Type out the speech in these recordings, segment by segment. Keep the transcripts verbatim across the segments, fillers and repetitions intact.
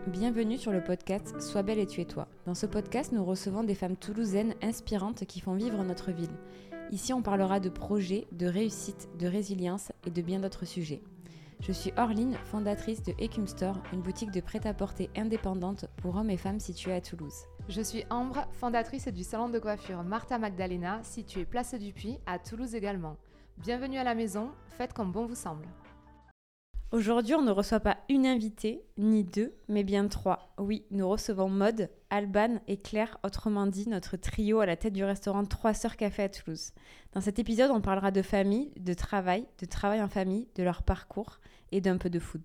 bienvenue sur le podcast Sois belle et tu es toi. Dans ce podcast, nous recevons des femmes toulousaines inspirantes qui font vivre notre ville. Ici, on parlera de projets, de réussite, de résilience et de bien d'autres sujets. Je suis Orline, fondatrice de Ecum Store, une boutique de prêt-à-porter indépendante pour hommes et femmes située à Toulouse. Je suis Ambre, fondatrice du salon de coiffure Martha Magdalena, situé place du Puy, à Toulouse également. Bienvenue à la maison, faites comme bon vous semble. Aujourd'hui, on ne reçoit pas une invitée, ni deux, mais bien trois. Oui, nous recevons Maude, Alban et Claire, autrement dit notre trio à la tête du restaurant Trois Sœurs Café à Toulouse. Dans cet épisode, on parlera de famille, de travail, de travail en famille, de leur parcours et d'un peu de food.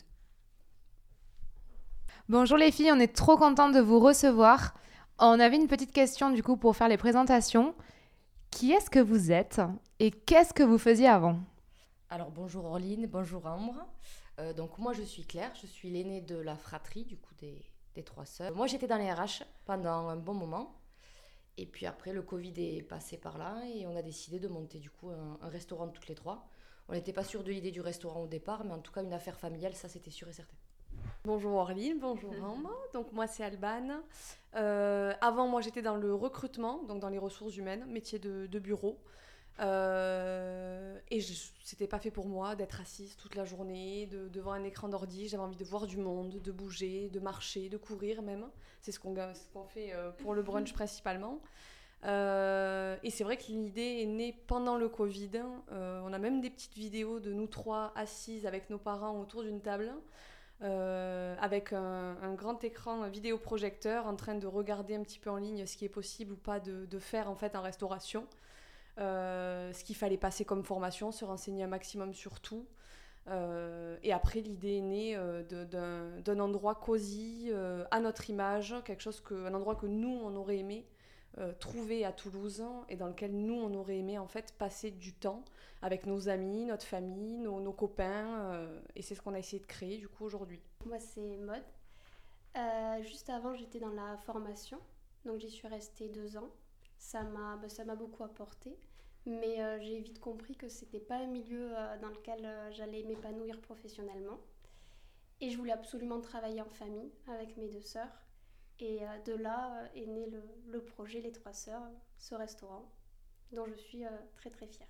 Bonjour les filles, on est trop contentes de vous recevoir. On avait une petite question du coup pour faire les présentations. Qui est-ce que vous êtes et qu'est-ce que vous faisiez avant ? Alors bonjour Orline, bonjour Ambre. Euh, donc moi je suis Claire, je suis l'aînée de la fratrie du coup des, des trois sœurs. Moi j'étais dans les R H pendant un bon moment et puis après le Covid est passé par là et on a décidé de monter du coup un, un restaurant toutes les trois. On n'était pas sûr de l'idée du restaurant au départ, mais en tout cas une affaire familiale, ça c'était sûr et certain. Bonjour Orline, bonjour Ambre, donc moi c'est Alban. Euh, avant moi j'étais dans le recrutement, donc dans les ressources humaines, métier de, de bureau. Euh, et je, c'était pas fait pour moi d'être assise toute la journée de, devant un écran d'ordi. J'avais envie de voir du monde, de bouger, de marcher, de courir même. C'est ce qu'on, ce qu'on fait pour le brunch principalement. Euh, et c'est vrai que l'idée est née pendant le Covid. Euh, on a même des petites vidéos de nous trois assises avec nos parents autour d'une table. Euh, avec un, un grand écran un vidéoprojecteur en train de regarder un petit peu en ligne ce qui est possible ou pas de, de faire en fait en restauration. Euh, ce qu'il fallait passer comme formation, se renseigner un maximum sur tout. Euh, et après, l'idée est née euh, de, d'un, d'un endroit cosy, euh, à notre image, quelque chose que, un endroit que nous, on aurait aimé euh, trouver à Toulouse et dans lequel nous, on aurait aimé en fait passer du temps avec nos amis, notre famille, nos, nos copains. Euh, et c'est ce qu'on a essayé de créer du coup aujourd'hui. Moi, c'est Maude. Euh, juste avant, j'étais dans la formation, donc j'y suis restée deux ans. Ça m'a, bah, ça m'a beaucoup apporté, mais euh, j'ai vite compris que c'était pas un milieu euh, dans lequel euh, j'allais m'épanouir professionnellement. Et je voulais absolument travailler en famille avec mes deux sœurs. Et euh, de là euh, est né le, le projet Les Trois Sœurs, ce restaurant, dont je suis euh, très très fière.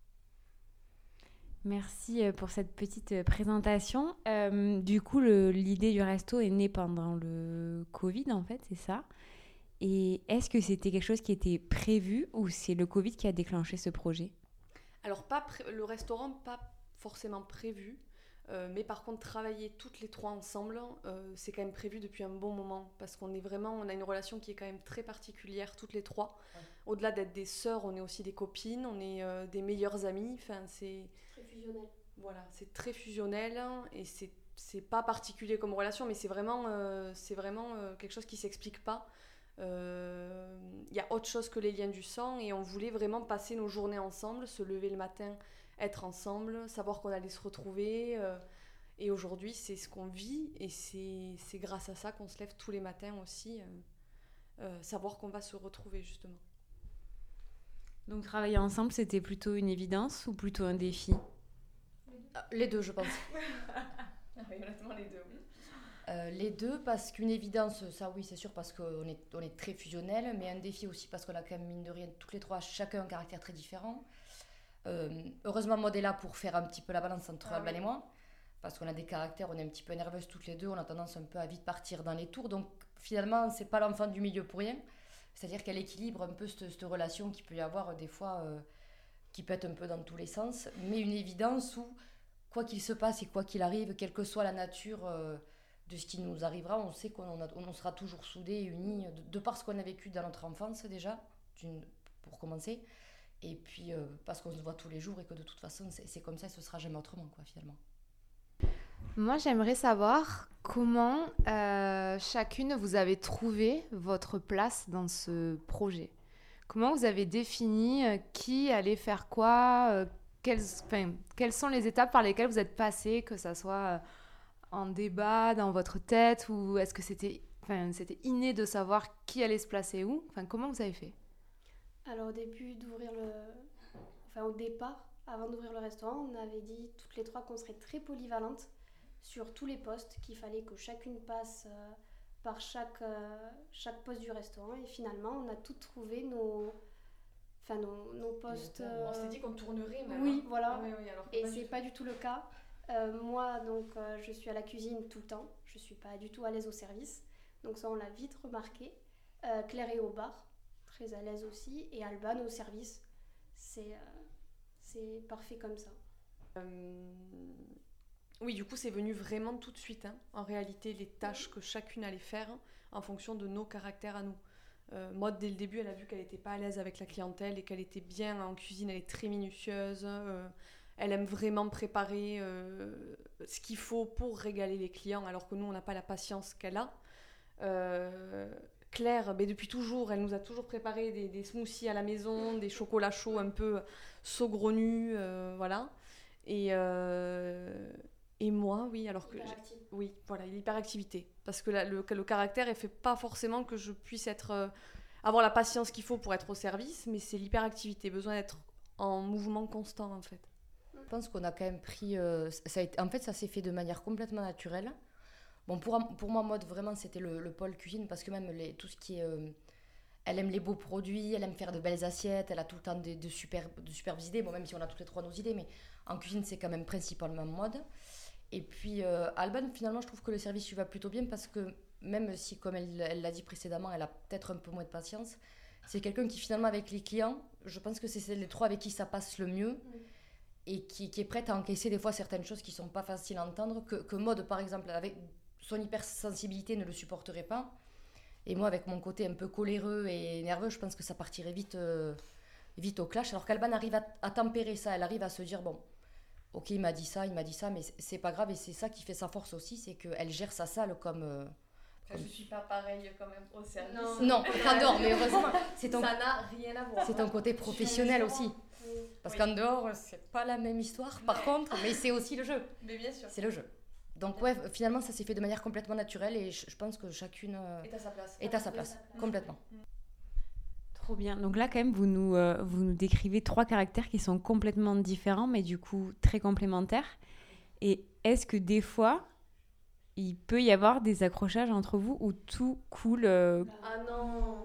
Merci pour cette petite présentation. Euh, du coup, le, l'idée du resto est née pendant le Covid, en fait, c'est ça ? Et est-ce que c'était quelque chose qui était prévu ou c'est le Covid qui a déclenché ce projet ? Alors, pas pré- le restaurant, pas forcément prévu, euh, mais par contre, travailler toutes les trois ensemble, euh, c'est quand même prévu depuis un bon moment, parce qu'on est vraiment, on a une relation qui est quand même très particulière, toutes les trois. Ouais. Au-delà d'être des sœurs, on est aussi des copines, on est euh, des meilleures amies, enfin, c'est... Très fusionnel. Voilà, c'est très fusionnel, et c'est, c'est pas particulier comme relation, mais c'est vraiment, euh, c'est vraiment euh, quelque chose qui s'explique pas. Il euh, y a autre chose que les liens du sang et on voulait vraiment passer nos journées ensemble, se lever le matin, être ensemble, savoir qu'on allait se retrouver euh, et aujourd'hui c'est ce qu'on vit et c'est, c'est grâce à ça qu'on se lève tous les matins aussi, euh, euh, savoir qu'on va se retrouver justement. Donc travailler ensemble c'était plutôt une évidence ou plutôt un défi ? Les deux je pense. Honnêtement les deux. Euh, les deux, parce qu'une évidence, ça oui, c'est sûr, parce qu'on est, on est très fusionnels, mais un défi aussi parce qu'on a quand même, mine de rien, toutes les trois, chacun un caractère très différent. Euh, heureusement, Maude est là pour faire un petit peu la balance entre ah, Alban oui. et moi, parce qu'on a des caractères, on est un petit peu nerveuses toutes les deux, on a tendance un peu à vite partir dans les tours, donc finalement, c'est pas l'enfant du milieu pour rien. C'est-à-dire qu'elle équilibre un peu cette, cette relation qu'il peut y avoir des fois, euh, qui peut être un peu dans tous les sens, mais une évidence où, quoi qu'il se passe et quoi qu'il arrive, quelle que soit la nature... Euh, de ce qui nous arrivera, on sait qu'on a, on sera toujours soudés et unis de, de par ce qu'on a vécu dans notre enfance déjà, pour commencer, et puis euh, parce qu'on se voit tous les jours et que de toute façon c'est, c'est comme ça et ce sera jamais autrement quoi finalement. Moi j'aimerais savoir comment euh, chacune vous avez trouvé votre place dans ce projet. Comment vous avez défini euh, qui allait faire quoi, euh, quelles, enfin, quelles sont les étapes par lesquelles vous êtes passés, que ça soit... Euh, en débat dans votre tête ou est-ce que c'était, enfin, c'était inné de savoir qui allait se placer où ? Enfin, comment vous avez fait ? Alors au début d'ouvrir le... Enfin au départ, avant d'ouvrir le restaurant, on avait dit toutes les trois qu'on serait très polyvalentes sur tous les postes, qu'il fallait que chacune passe euh, par chaque, euh, chaque poste du restaurant. Et finalement, on a tout trouvé nos, enfin, nos, nos postes. On s'était euh, dit qu'on tournerait même. Oui, hein. voilà. Oui, oui, alors que Et pas c'est du tout. pas du tout le cas. Euh, moi, donc, euh, je suis à la cuisine tout le temps. Je suis pas du tout à l'aise au service. Donc ça, on l'a vite remarqué. Euh, Claire est au bar, très à l'aise aussi. Et Alban au service. C'est, euh, c'est parfait comme ça. Euh, Oui, du coup, c'est venu vraiment tout de suite. Hein. En réalité, les tâches que chacune allait faire hein, en fonction de nos caractères à nous. Euh, moi, dès le début, elle a vu qu'elle n'était pas à l'aise avec la clientèle et qu'elle était bien en cuisine. Elle est très minutieuse. Euh, elle aime vraiment préparer euh, ce qu'il faut pour régaler les clients, alors que nous, on n'a pas la patience qu'elle a. Euh, Claire, ben, depuis toujours, elle nous a toujours préparé des, des smoothies à la maison, des chocolats chauds un peu saugrenus, euh, voilà. Et, euh, et moi, oui, alors que... Hyperactive. Oui, voilà, l'hyperactivité. Parce que la- le, le caractère, elle fait pas forcément que je puisse être, euh, avoir la patience qu'il faut pour être au service, mais c'est l'hyperactivité, besoin d'être en mouvement constant, en fait. Je pense qu'on a quand même pris... euh, ça a été, en fait, ça s'est fait de manière complètement naturelle. Bon, pour, pour moi, mode, vraiment, c'était le, le pôle cuisine, parce que même les, tout ce qui est... euh, elle aime les beaux produits, elle aime faire de belles assiettes, elle a tout le temps de, de, super, de superbes idées. Bon, même si on a toutes les trois nos idées, mais en cuisine, c'est quand même principalement mode. Et puis, euh, Alban, finalement, je trouve que le service lui va plutôt bien, parce que même si, comme elle, elle l'a dit précédemment, elle a peut-être un peu moins de patience, c'est quelqu'un qui, finalement, avec les clients, je pense que c'est les trois avec qui ça passe le mieux. Et qui, qui est prête à encaisser des fois certaines choses qui sont pas faciles à entendre, que, que Maud, par exemple, avec son hypersensibilité, ne le supporterait pas. Et moi, avec mon côté un peu coléreux et nerveux, je pense que ça partirait vite, euh, vite au clash. Alors qu'Alban arrive à, à tempérer ça, elle arrive à se dire, bon, ok, il m'a dit ça, il m'a dit ça, mais c'est, c'est pas grave, et c'est ça qui fait sa force aussi, c'est qu'elle gère sa salle comme... euh, Enfin, je suis pas pareille quand même au service. Non. Non, en dehors, mais heureusement, c'est ton, Ça n'a rien à voir. c'est ton côté professionnel aussi. Parce Oui. qu'en dehors, c'est pas la même histoire, par contre, mais c'est aussi le jeu. Mais bien sûr. C'est le jeu. Donc ouais, finalement, ça s'est fait de manière complètement naturelle et je, je pense que chacune euh, Et à sa place. est à sa place, complètement. Trop bien. Donc là, quand même, vous nous, euh, vous nous décrivez trois caractères qui sont complètement différents, mais du coup très complémentaires. Et est-ce que des fois, il peut y avoir des accrochages entre vous ou tout coule euh, Ah non.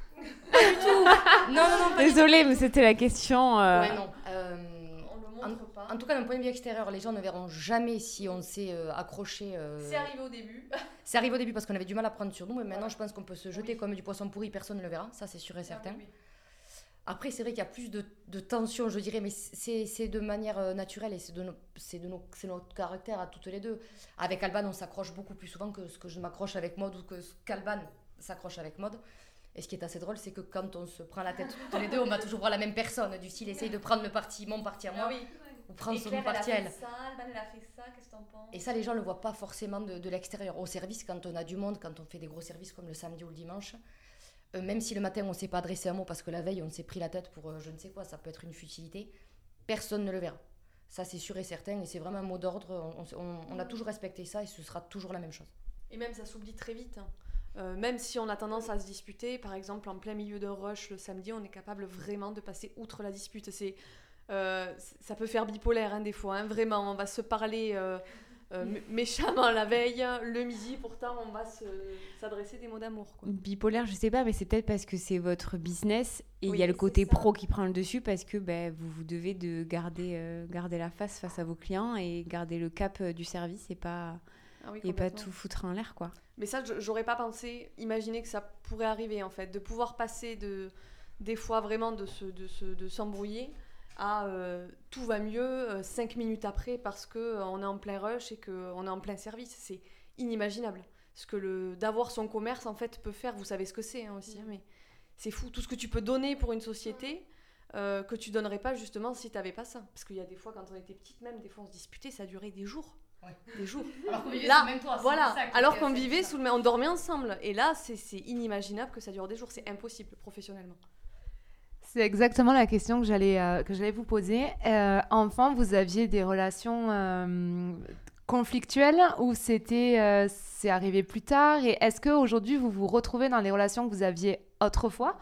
Non, non, non, pas du Désolée, mais c'était la question. tout. euh, Ouais, non. Euh, On le montre pas. en tout cas, d'un point de vue extérieur, les gens ne verront jamais si on s'est euh, accroché. euh, C'est arrivé au début. C'est arrivé au début parce qu'on avait du mal à prendre sur nous, mais maintenant, Voilà. je pense qu'on peut se jeter Oui. comme du poisson pourri, personne ne le verra, ça c'est sûr et certain. Ah oui, oui. Après, c'est vrai qu'il y a plus de, de tension, je dirais, mais c'est, c'est de manière euh, naturelle et c'est, de nos, c'est, de nos, c'est notre caractère à toutes les deux. Avec Alban, on s'accroche beaucoup plus souvent que ce que je m'accroche avec Maud ou que ce qu'Alban s'accroche avec Maud. Et ce qui est assez drôle, c'est que quand on se prend la tête toutes les deux, on va toujours voir la même personne. Du style, essaye de prendre le parti, mon parti à moi, Ah oui. ou prendre Et son Claire, elle a parti à fait elle. ça, Alban, elle a fait ça, qu'est-ce que t'en penses? Et ça, les gens ne le voient pas forcément de, de l'extérieur. Au service, quand on a du monde, quand on fait des gros services comme le samedi ou le dimanche, euh, même si le matin, on ne s'est pas adressé un mot parce que la veille, on s'est pris la tête pour euh, je ne sais quoi, ça peut être une futilité, personne ne le verra. Ça, c'est sûr et certain, et c'est vraiment un mot d'ordre. On, on- on a toujours respecté ça et ce sera toujours la même chose. Et même ça s'oublie très vite. hein. Euh, même si on a tendance à se disputer, par exemple en plein milieu d'un rush le samedi, on est capable vraiment de passer outre la dispute. C'est, euh, c- ça peut faire bipolaire hein, des fois, hein, vraiment. On va se parler euh, euh, m- méchamment la veille, le midi, pourtant on va se, s'adresser des mots d'amour. Quoi. Bipolaire, je sais pas, mais c'est peut-être parce que c'est votre business et il Oui, y a le c'est côté ça. pro qui prend le dessus parce que ben, vous, vous devez de garder, euh, garder la face face à vos clients et garder le cap euh, du service et pas, Ah oui, et pas complètement. tout foutre en l'air, quoi. Mais ça, je- j'aurais pas pensé, imaginer que ça pourrait arriver en fait, de pouvoir passer de, des fois vraiment de, se, de, se, de s'embrouiller à euh, tout va mieux euh, cinq minutes après parce qu'on est en plein rush et qu'on est en plein service. C'est inimaginable. Ce que le, d'avoir son commerce en fait peut faire, vous savez ce que c'est hein, aussi, hein, mais c'est fou. Tout ce que tu peux donner pour une société euh, que tu donnerais pas justement si tu n'avais pas ça. Parce qu'il y a des fois, quand on était petite même, des fois on se disputait, ça durait des jours. Ouais. Des jours. Alors qu'on vivait Là, sous le même toit, c'est Voilà, ça qui alors était- qu'on c'est vivait ça. sous le même... On dormait ensemble. Et là, c'est, c'est inimaginable que ça dure des jours. C'est impossible professionnellement. C'est exactement la question que j'allais, euh, que j'allais vous poser. Euh, enfant, vous aviez des relations euh, conflictuelles ou c'était, euh, c'est arrivé plus tard? Et est-ce qu'aujourd'hui, vous vous retrouvez dans les relations que vous aviez autrefois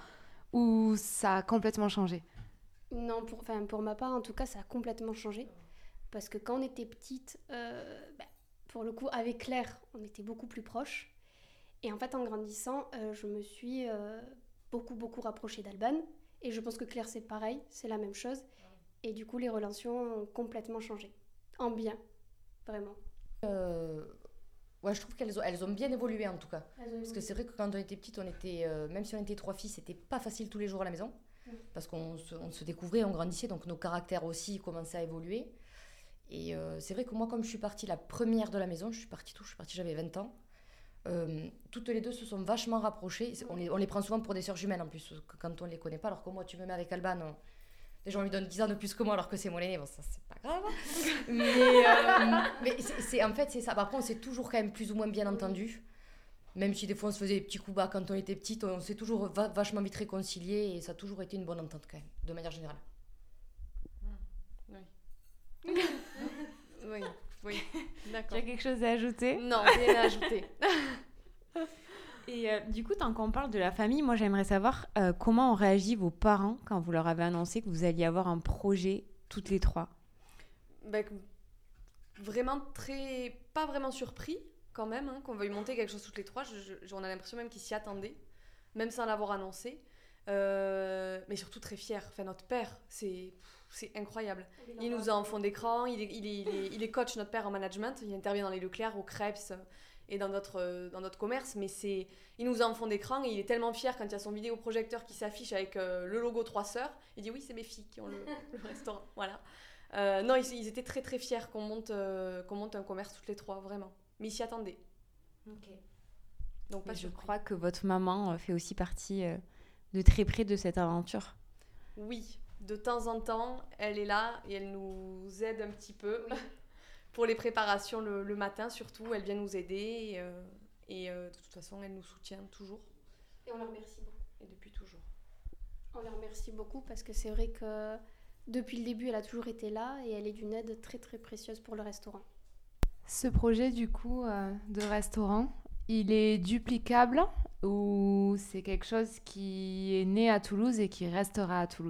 ou ça a complètement changé? Non, pour, enfin, pour ma part, en tout cas, ça a complètement changé. Parce que quand on était petite, euh, bah, pour le coup, avec Claire, on était beaucoup plus proches. Et en fait, en grandissant, euh, je me suis euh, beaucoup, beaucoup rapprochée d'Alban. Et je pense que Claire, c'est pareil, c'est la même chose. Et du coup, les relations ont complètement changé. En bien, vraiment. Euh, ouais, je trouve qu'elles ont, elles ont bien évolué en tout cas. Elles ont Parce que c'est vrai que quand on était petite, on était, euh, même si on était trois filles, c'était pas facile tous les jours à la maison. Mm. Parce qu'on se, on se découvrait, on grandissait, donc nos caractères aussi commençaient à évoluer. Et euh, c'est vrai que moi, comme je suis partie la première de la maison, je suis partie tôt, je suis partie, j'avais vingt ans. Euh, toutes les deux se sont vachement rapprochées. On les, on les prend souvent pour des sœurs jumelles en plus, quand on les connaît pas. Alors que moi, tu me mets avec Alban, on... déjà on lui donne dix ans de plus que moi, alors que c'est mon aîné. Bon, ça, c'est pas grave. mais euh, mais c'est, c'est, en fait, c'est ça. Après, on s'est toujours quand même plus ou moins bien entendu. Même si des fois on se faisait des petits coups bas quand on était petite, on s'est toujours va- vachement vite réconciliés et ça a toujours été une bonne entente quand même, de manière générale. Oui. oui, oui, d'accord. Tu as quelque chose à ajouter ? Non, rien à ajouter. Et euh, du coup, tant qu'on parle de la famille, moi j'aimerais savoir euh, comment ont réagi vos parents quand vous leur avez annoncé que vous alliez avoir un projet toutes les trois. Ben, vraiment très... pas vraiment surpris quand même, hein, qu'on veuille monter quelque chose toutes les trois. Je, je, on a l'impression même qu'ils s'y attendaient, même sans l'avoir annoncé. Euh, mais surtout très fiers. Enfin, notre père, c'est, c'est incroyable. Il nous a en fond d'écran, il est, il, est, il, est, il est coach, notre père, en management. Il intervient dans les Leclerc, au Crêpes et dans notre, dans notre commerce. Mais c'est, il nous a en fond d'écran et il est tellement fier quand il y a son vidéoprojecteur qui s'affiche avec euh, le logo Trois Sœurs. Il dit oui, c'est mes filles qui ont le, le restaurant. Voilà. Euh, non, ils, ils étaient très très fiers qu'on monte, euh, qu'on monte un commerce toutes les trois, vraiment. Mais ils s'y attendaient. Ok. Donc pas je surpris. crois que votre maman fait aussi partie euh, de très près de cette aventure. Oui, de temps en temps, elle est là et elle nous aide un petit peu oui. pour les préparations le, le matin surtout. Elle vient nous aider et, euh, et euh, de toute façon, elle nous soutient toujours. Et on la remercie beaucoup. Et depuis toujours. On la remercie beaucoup parce que c'est vrai que depuis le début, elle a toujours été là et elle est d'une aide très très précieuse pour le restaurant. Ce projet du coup euh, de restaurant, il est duplicable ou c'est quelque chose qui est né à Toulouse et qui restera à Toulouse ?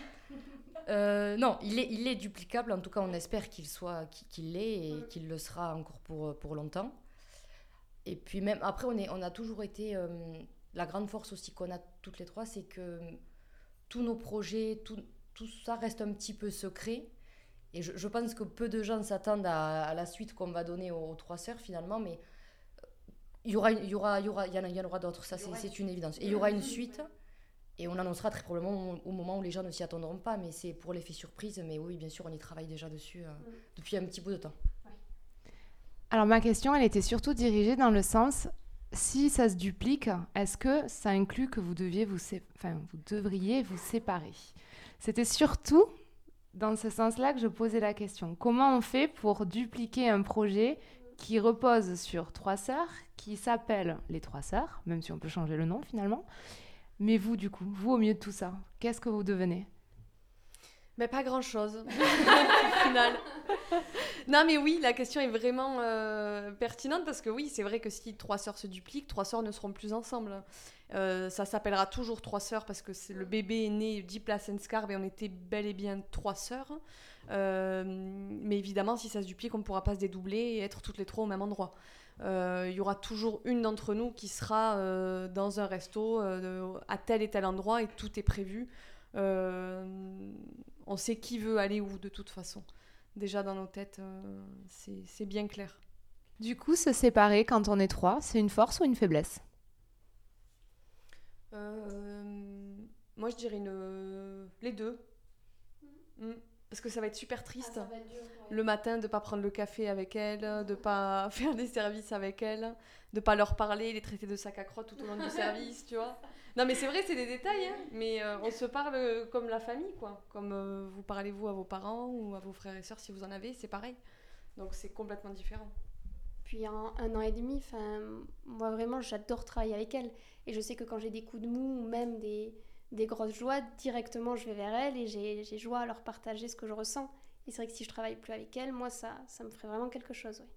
euh, Non, il est, il est duplicable. En tout cas, on espère qu'il soit, qu'il, qu'il l'est et qu'il le sera encore pour, pour longtemps. Et puis même après, on, est, on a toujours été... Euh, la grande force aussi qu'on a toutes les trois, c'est que tous nos projets, tout, tout ça reste un petit peu secret. Et je, je pense que peu de gens s'attendent à, à la suite qu'on va donner aux, aux trois sœurs finalement, mais il y aura, il y aura, il y aura, il y en, a, il y en aura d'autres, ça c'est, c'est une évidence. Et il y aura une suite, et on annoncera très probablement au, au moment où les gens ne s'y attendront pas, mais c'est pour l'effet surprise. Mais oui, bien sûr, on y travaille déjà dessus euh, depuis un petit bout de temps. Alors ma question, elle était surtout dirigée dans le sens, si ça se duplique, est-ce que ça inclut que vous deviez vous, sé- enfin, vous devriez vous séparer ? C'était surtout dans ce sens-là que je posais la question. Comment on fait pour dupliquer un projet qui repose sur trois sœurs, qui s'appelle les trois sœurs, même si on peut changer le nom finalement. Mais vous, du coup, vous au milieu de tout ça, qu'est-ce que vous devenez ? Mais pas grand-chose, au final. Non, mais oui, la question est vraiment euh, pertinente parce que oui, c'est vrai que si trois sœurs se dupliquent, trois sœurs ne seront plus ensemble. Euh, ça s'appellera toujours trois sœurs parce que c'est, le bébé est né dix Place Scarbe et on était bel et bien trois sœurs. Euh, mais évidemment, si ça se duplique, on ne pourra pas se dédoubler et être toutes les trois au même endroit. Il euh, y aura toujours une d'entre nous qui sera euh, dans un resto euh, à tel et tel endroit et tout est prévu. Euh, on sait qui veut aller où de toute façon. Déjà dans nos têtes, euh, c'est, c'est bien clair. Du coup, se séparer quand on est trois, c'est une force ou une faiblesse ? euh, Moi, je dirais une... les deux. Mmh. Mmh. Parce que ça va être super triste. Ah, être dur, ouais. Le matin, de ne pas prendre le café avec elle, de ne pas faire des services avec elle, de ne pas leur parler, les traiter de sac à crotte tout au long du service, tu vois. Non, mais c'est vrai, c'est des détails, hein, mais euh, on se parle comme la famille, quoi. Comme euh, vous parlez, vous, à vos parents ou à vos frères et sœurs, si vous en avez, c'est pareil. Donc, c'est complètement différent. Puis, en un an et demi, moi, vraiment, j'adore travailler avec elle. Et je sais que quand j'ai des coups de mou ou même des... des grosses joies, directement je vais vers elle et j'ai, j'ai joie à leur partager ce que je ressens. Et c'est vrai que si je travaille plus avec elle, moi ça, ça me ferait vraiment quelque chose. Oui.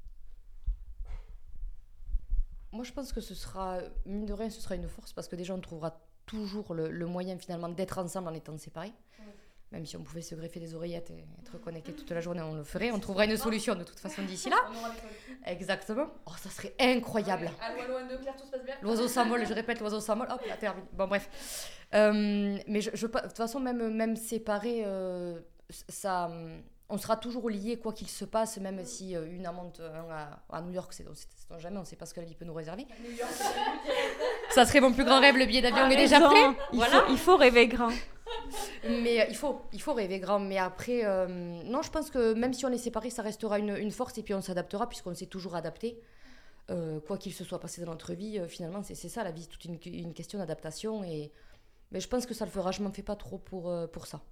Moi je pense que ce sera, mine de rien, ce sera une force parce que déjà on trouvera toujours le, le moyen finalement d'être ensemble en étant séparés. Oui. Même si on pouvait se greffer des oreillettes et être connectés toute la journée, on le ferait. On trouvera une solution de toute façon d'ici là. Exactement. Oh, ça serait incroyable. Ouais, à loin de nœud clair, tout se passe bien. L'oiseau s'envole, je répète, l'oiseau s'envole, hop, la termine. Bon, bref. Euh, mais je, je, de toute façon, même, même séparés, euh, ça, on sera toujours liés, quoi qu'il se passe, même si euh, une monte un à, à New York, c'est, c'est, c'est jamais, on ne sait pas ce que la vie peut nous réserver. New York, ça serait mon plus grand rêve, le billet d'avion ah, est déjà prêt. Il, voilà. faut, il faut rêver grand. Mais euh, il, faut, il faut rêver grand. Mais après, euh, non, je pense que même si on est séparés, ça restera une, une force et puis on s'adaptera puisqu'on s'est toujours adapté. Euh, quoi qu'il se soit passé dans notre vie, euh, finalement, c'est, c'est ça, la vie, c'est toute une, une question d'adaptation. Et mais je pense que ça le fera, je m'en fais pas trop pour, euh, pour ça.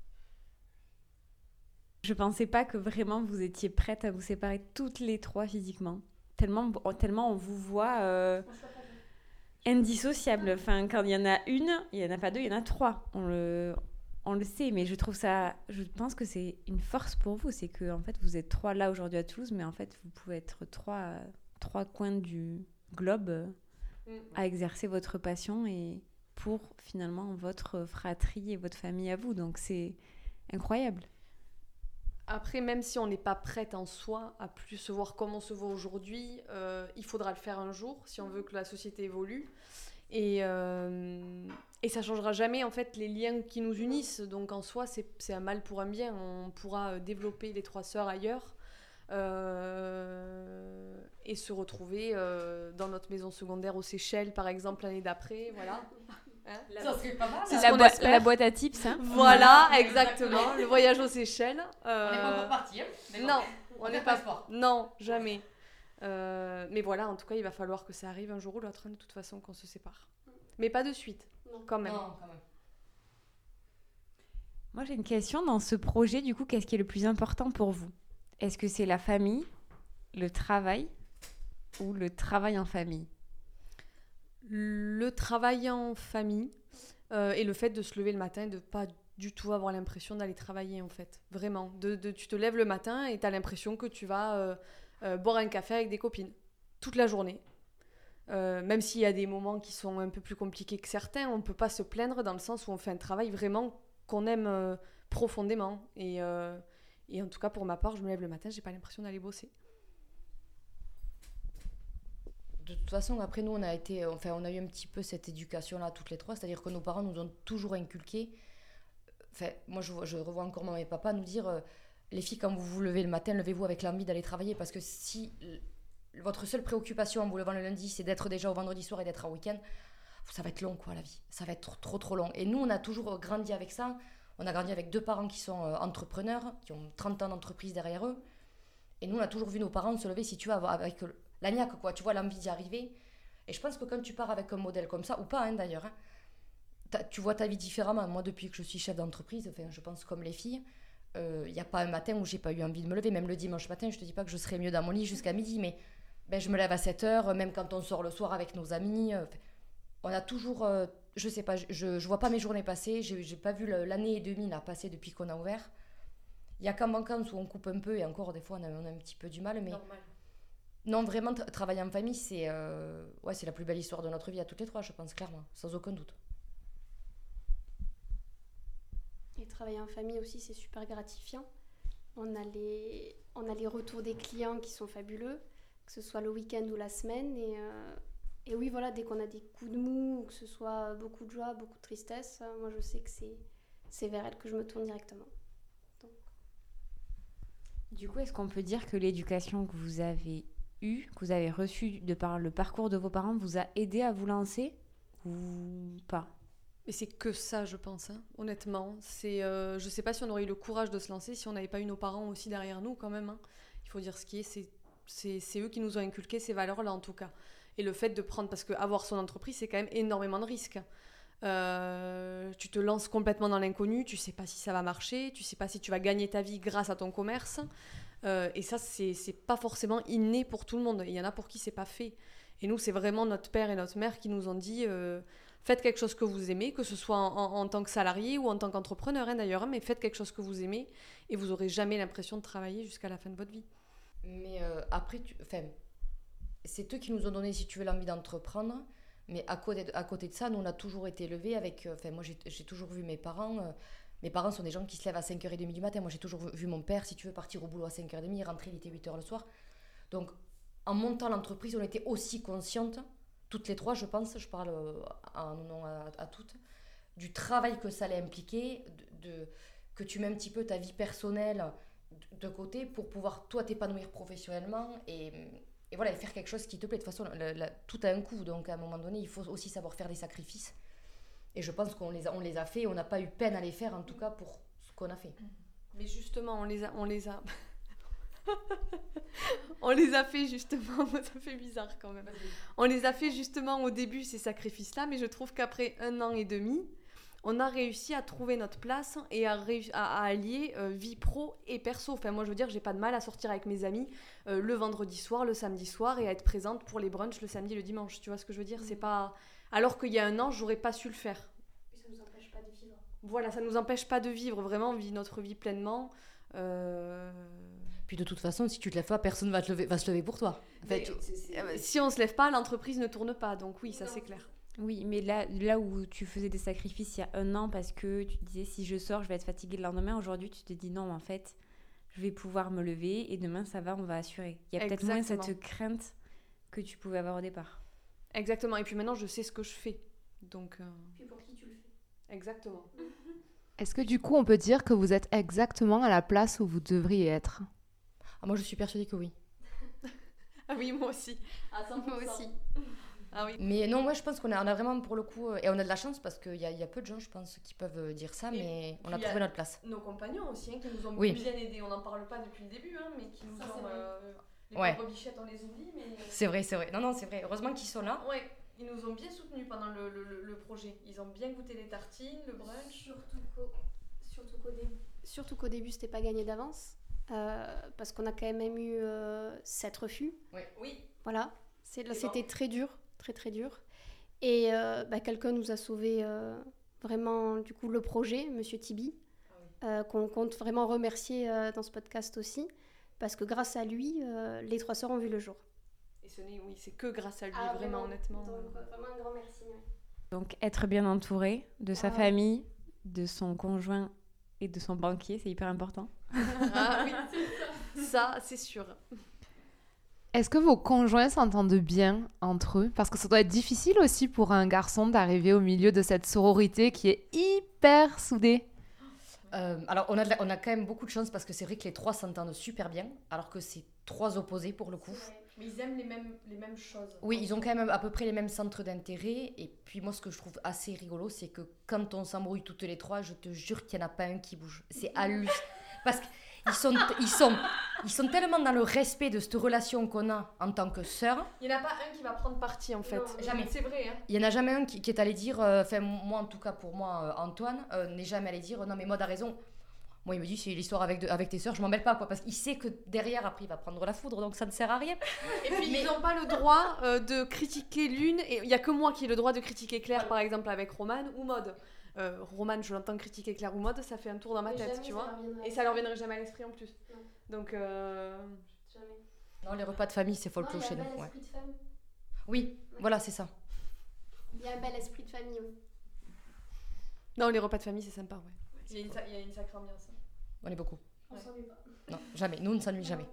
Je pensais pas que vraiment vous étiez prêtes à vous séparer toutes les trois physiquement. Tellement, tellement on vous voit euh, indissociables. Enfin, quand il y en a une, il y en a pas deux, il y en a trois. On le, on le sait, mais je trouve ça... Je pense que c'est une force pour vous. C'est que en fait, vous êtes trois là aujourd'hui à Toulouse, mais en fait, vous pouvez être trois, trois coins du globe à exercer votre passion et pour finalement votre fratrie et votre famille à vous. Donc, c'est incroyable. Après, même si on n'est pas prête en soi à plus se voir comme on se voit aujourd'hui, euh, il faudra le faire un jour si on veut que la société évolue. Et, euh, et ça ne changera jamais en fait, les liens qui nous unissent. Donc en soi, c'est, c'est un mal pour un bien. On pourra développer les trois sœurs ailleurs euh, et se retrouver euh, dans notre maison secondaire aux Seychelles, par exemple, l'année d'après. Voilà. Hein, la ça serait pas mal. C'est la, boi- la boîte à tips. Hein. Voilà, exactement. Le voyage aux Seychelles. Euh... On n'est pas encore parti. Hein, non, on n'est pas fort. Non, jamais. Euh, mais voilà, en tout cas, il va falloir que ça arrive un jour ou l'autre, hein, de toute façon, qu'on se sépare. Mais pas de suite, non. Quand même. Non, quand même. Moi, j'ai une question. Dans ce projet, du coup, qu'est-ce qui est le plus important pour vous ? Est-ce que c'est la famille, le travail ou le travail en famille ? Le travail en famille euh, et le fait de se lever le matin et de ne pas du tout avoir l'impression d'aller travailler, en fait. Vraiment. De, de, tu te lèves le matin et tu as l'impression que tu vas euh, euh, boire un café avec des copines toute la journée. Euh, même s'il y a des moments qui sont un peu plus compliqués que certains, on ne peut pas se plaindre dans le sens où on fait un travail vraiment qu'on aime euh, profondément. Et, euh, et en tout cas, pour ma part, je me lève le matin, je n'ai pas l'impression d'aller bosser. De toute façon, après nous, on a été, enfin, on a eu un petit peu cette éducation-là toutes les trois, c'est-à-dire que nos parents nous ont toujours inculqué. Enfin, moi, je, je revois encore maman et papa nous dire, euh, les filles, quand vous vous levez le matin, levez-vous avec l'envie d'aller travailler, parce que si l- votre seule préoccupation en vous levant le lundi, c'est d'être déjà au vendredi soir et d'être en week-end, ça va être long, quoi, la vie. Ça va être trop, trop, trop long. Et nous, on a toujours grandi avec ça. On a grandi avec deux parents qui sont euh, entrepreneurs, qui ont trente ans d'entreprise derrière eux. Et nous, on a toujours vu nos parents se lever, si tu veux, avec la niaque, quoi. Tu vois, l'envie d'y arriver. Et je pense que quand tu pars avec un modèle comme ça, ou pas, hein, d'ailleurs, hein, tu vois ta vie différemment. Moi, depuis que je suis chef d'entreprise, enfin, je pense comme les filles, il euh, n'y a pas un matin où j'ai pas eu envie de me lever. Même le dimanche matin, je te dis pas que je serais mieux dans mon lit jusqu'à midi, mais ben, je me lève à sept heures, même quand on sort le soir avec nos amis. Euh, on a toujours... Euh, je sais pas, je, je vois pas mes journées passer. J'ai, j'ai pas vu le, l'année et demie là, passer depuis qu'on a ouvert. Il y a qu'en vacances où on coupe un peu, et encore des fois on a, on a un petit peu du mal, mais... Normal. Non, vraiment, tra- travailler en famille, c'est, euh, ouais, c'est la plus belle histoire de notre vie à toutes les trois, je pense, clairement, sans aucun doute. Et travailler en famille aussi, c'est super gratifiant. On a les, on a les retours des clients qui sont fabuleux, que ce soit le week-end ou la semaine. Et, euh, et oui, voilà, dès qu'on a des coups de mou, ou que ce soit beaucoup de joie, beaucoup de tristesse, moi je sais que c'est, c'est vers elle que je me tourne directement. Donc. Du coup, est-ce qu'on peut dire que l'éducation que vous avez eue, que vous avez reçue de par le parcours de vos parents, vous a aidé à vous lancer ou pas ? Et c'est que ça, je pense, hein, honnêtement. C'est, euh, je ne sais pas si on aurait eu le courage de se lancer si on n'avait pas eu nos parents aussi derrière nous, quand même. Hein. Il faut dire ce qui est, c'est, c'est, c'est eux qui nous ont inculqué ces valeurs-là, en tout cas. Et le fait de prendre, parce qu'avoir son entreprise, c'est quand même énormément de risques. Euh, tu te lances complètement dans l'inconnu, tu ne sais pas si ça va marcher, tu ne sais pas si tu vas gagner ta vie grâce à ton commerce. Euh, et ça, c'est, c'est pas forcément inné pour tout le monde. Il y en a pour qui c'est pas fait. Et nous, c'est vraiment notre père et notre mère qui nous ont dit... Euh, faites quelque chose que vous aimez, que ce soit en, en, en tant que salarié ou en tant qu'entrepreneur, hein, d'ailleurs, hein, mais faites quelque chose que vous aimez et vous n'aurez jamais l'impression de travailler jusqu'à la fin de votre vie. Mais euh, après, tu, c'est eux qui nous ont donné, si tu veux, l'envie d'entreprendre. Mais à côté de, à côté de ça, nous, on a toujours été élevés avec... Euh, moi, j'ai, j'ai toujours vu mes parents... Euh, mes parents sont des gens qui se lèvent à cinq heures trente du matin. Moi, j'ai toujours vu mon père, si tu veux, partir au boulot à cinq heures trente, rentrer, il était huit heures le soir. Donc, en montant l'entreprise, on était aussi consciente toutes les trois, je pense, je parle euh, en nom à, à toutes, du travail que ça allait impliquer, de, de, que tu mets un petit peu ta vie personnelle de, de côté pour pouvoir, toi, t'épanouir professionnellement et, et, voilà, et faire quelque chose qui te plaît. De toute façon, la, la, tout a un coût, donc à un moment donné, il faut aussi savoir faire des sacrifices. Et je pense qu'on les a, on les a fait et on n'a pas eu peine à les faire, en tout cas, pour ce qu'on a fait. Mais justement, on les a... On les a... on les a fait justement, ça fait bizarre quand même. On les a fait justement au début, ces sacrifices-là, mais je trouve qu'après un an et demi, on a réussi à trouver notre place et à, réu- à, à allier euh, vie pro et perso. Enfin, moi, je veux dire, j'ai pas de mal à sortir avec mes amis euh, le vendredi soir, le samedi soir et à être présente pour les brunchs le samedi, le dimanche. Tu vois ce que je veux dire ? C'est pas... Alors qu'il y a un an, j'aurais pas su le faire. Et ça nous empêche pas de vivre. Voilà, ça nous empêche pas de vivre. Vraiment, on vit notre vie pleinement. Euh... Puis de toute façon, si tu te lèves pas, personne va, te lever, va se lever pour toi. En fait, Mais, c'est, c'est... Euh, si on se lève pas, l'entreprise ne tourne pas. Donc oui, ça non, c'est clair. Oui, mais là, là où tu faisais des sacrifices il y a un an parce que tu te disais si je sors, je vais être fatiguée le lendemain, aujourd'hui tu te dis non, en fait, je vais pouvoir me lever et demain ça va, on va assurer. Il y a peut-être moins cette crainte que tu pouvais avoir au départ. Exactement, et puis maintenant je sais ce que je fais. Donc, euh... Puis pour qui tu le fais. Exactement. Est-ce que du coup on peut dire que vous êtes exactement à la place où vous devriez être ? Ah, moi je suis persuadée que oui. Ah oui, moi aussi. À cent pour cent. Moi aussi. Ah oui. Mais non, moi je pense qu'on a, on a vraiment pour le coup, euh, et on a de la chance parce qu'il y a, y a peu de gens, je pense, qui peuvent dire ça, et mais on a trouvé notre place. Nos compagnons aussi, hein, qui nous ont oui. bien aidés. On n'en parle pas depuis le début, hein, mais qui nous ça, ont. Euh, les ouais. pauvres bichettes, on les oublie. Mais... C'est vrai, c'est vrai. Non, non, c'est vrai. Heureusement qu'ils sont là. Ouais. Ils nous ont bien soutenus pendant le, le, le projet. Ils ont bien goûté les tartines, le brunch. Surtout qu'au, surtout qu'au début, surtout qu'au début, c'était pas gagné d'avance. Euh, parce qu'on a quand même eu euh, sept refus. Oui. oui. Voilà. C'est, là, c'était bon. Très dur. Très, très dur. Et euh, bah, quelqu'un nous a sauvé euh, vraiment du coup, le projet, Monsieur Tibi, ah oui. euh, qu'on compte vraiment remercier euh, dans ce podcast aussi. Parce que grâce à lui, euh, les trois sœurs ont vu le jour. Et ce n'est, oui, c'est que grâce à lui, ah, vraiment, vraiment, honnêtement. Donc, vraiment un grand merci. Ouais. Donc, être bien entouré de sa ah. famille, de son conjoint et de son banquier, c'est hyper important. Ah oui, ça, c'est sûr. Est-ce que vos conjoints s'entendent bien entre eux ? Parce que ça doit être difficile aussi pour un garçon d'arriver au milieu de cette sororité qui est hyper soudée. Euh, alors, on a, de la, on a quand même beaucoup de chance parce que c'est vrai que les trois s'entendent super bien, alors que c'est trois opposés pour le coup. Mais ils aiment les mêmes, les mêmes choses. Oui, ils ont quand même à peu près les mêmes centres d'intérêt. Et puis moi, ce que je trouve assez rigolo, c'est que quand on s'embrouille toutes les trois, je te jure qu'il n'y en a pas un qui bouge. C'est hallucinant. Parce qu'ils sont, ils sont, ils sont tellement dans le respect de cette relation qu'on a en tant que sœurs. Il n'y en a pas un qui va prendre parti, en fait. Non, jamais. C'est vrai. Hein. Il n'y en a jamais un qui, qui est allé dire, enfin euh, moi en tout cas pour moi, euh, Antoine, euh, n'est jamais allé dire, non mais Maud a raison. Moi, il me dit, c'est l'histoire avec, de, avec tes sœurs, je m'en mêle pas, quoi. Parce qu'il sait que derrière, après, il va prendre la foudre, donc ça ne sert à rien. Et puis, mais... ils n'ont pas le droit euh, de critiquer l'une. Et il n'y a que moi qui ai le droit de critiquer Claire, ouais. Par exemple, avec Romane ou Maud. Euh, Romane, je l'entends critiquer Claire ou Maud, ça fait un tour dans ma mais tête, tu vois. Et ça leur viendrait jamais à l'esprit en plus. Non. Donc, euh... jamais. Non, les repas de famille, c'est folklore chez nous. Il y a un bel esprit ouais. de famille. Oui, ouais. Voilà, c'est ça. Il y a un bel esprit de famille, oui. Non, les repas de famille, c'est sympa, ouais. Il y a une, il y a une sacrée ambiance. On est beaucoup. On ouais. s'ennuie pas. Non, jamais. Nous, on ne s'ennuie jamais.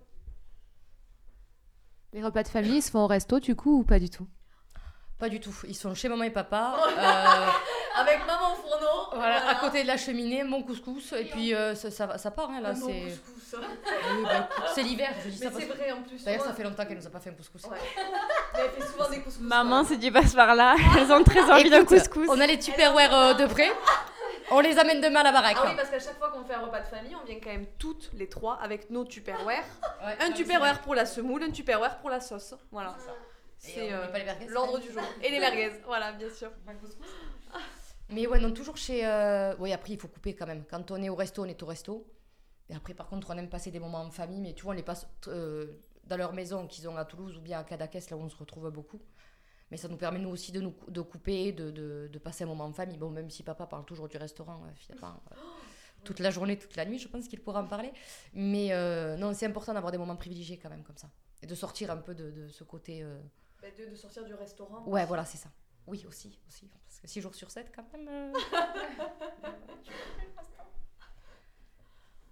Les repas de famille, ils se font au resto, du coup, ou pas du tout ? Pas du tout. Ils sont chez maman et papa. Oh. euh... Avec maman au fourneau. Voilà, voilà, à côté de la cheminée, mon couscous. Et, et puis, euh, ça, ça, ça part, hein, là. Mon c'est... couscous. Oui, bah, c'est l'hiver, je dis mais ça. C'est parce... vrai, en plus. D'ailleurs, ouais. ça fait longtemps qu'elle nous a pas fait un couscous. Ouais. Mais elle fait souvent des couscous. Maman, si tu passes par là, elles ont très envie d'un couscous. On a les Tupperware euh, de près. On les amène demain à la baraque. Ah oui, parce qu'à chaque fois qu'on fait un repas de famille, on vient quand même toutes les trois avec nos Tupperware. Ouais, un Tupperware pour la semoule, un Tupperware pour la sauce. Voilà. C'est, ça. C'est euh, merguez, l'ordre du jour. Et les merguez, voilà, bien sûr. Mais ouais, non, toujours chez... Euh... Oui, après, il faut couper quand même. Quand on est au resto, on est au resto. Et après, par contre, on aime passer des moments en famille, mais tu vois, on les passe euh, dans leur maison qu'ils ont à Toulouse ou bien à Cadaqués, là où on se retrouve beaucoup. Mais ça nous permet, nous aussi, de, nous, de couper, de, de, de passer un moment en famille. Bon, même si papa parle toujours du restaurant, euh, pas, euh, toute la journée, toute la nuit, je pense qu'il pourra en parler. Mais euh, non, c'est important d'avoir des moments privilégiés quand même, comme ça. Et de sortir un peu de, de ce côté... Euh... Bah de, de sortir du restaurant. Ouais, voilà, c'est ça. Oui, aussi, aussi. Parce que six jours sur sept, quand même... Euh...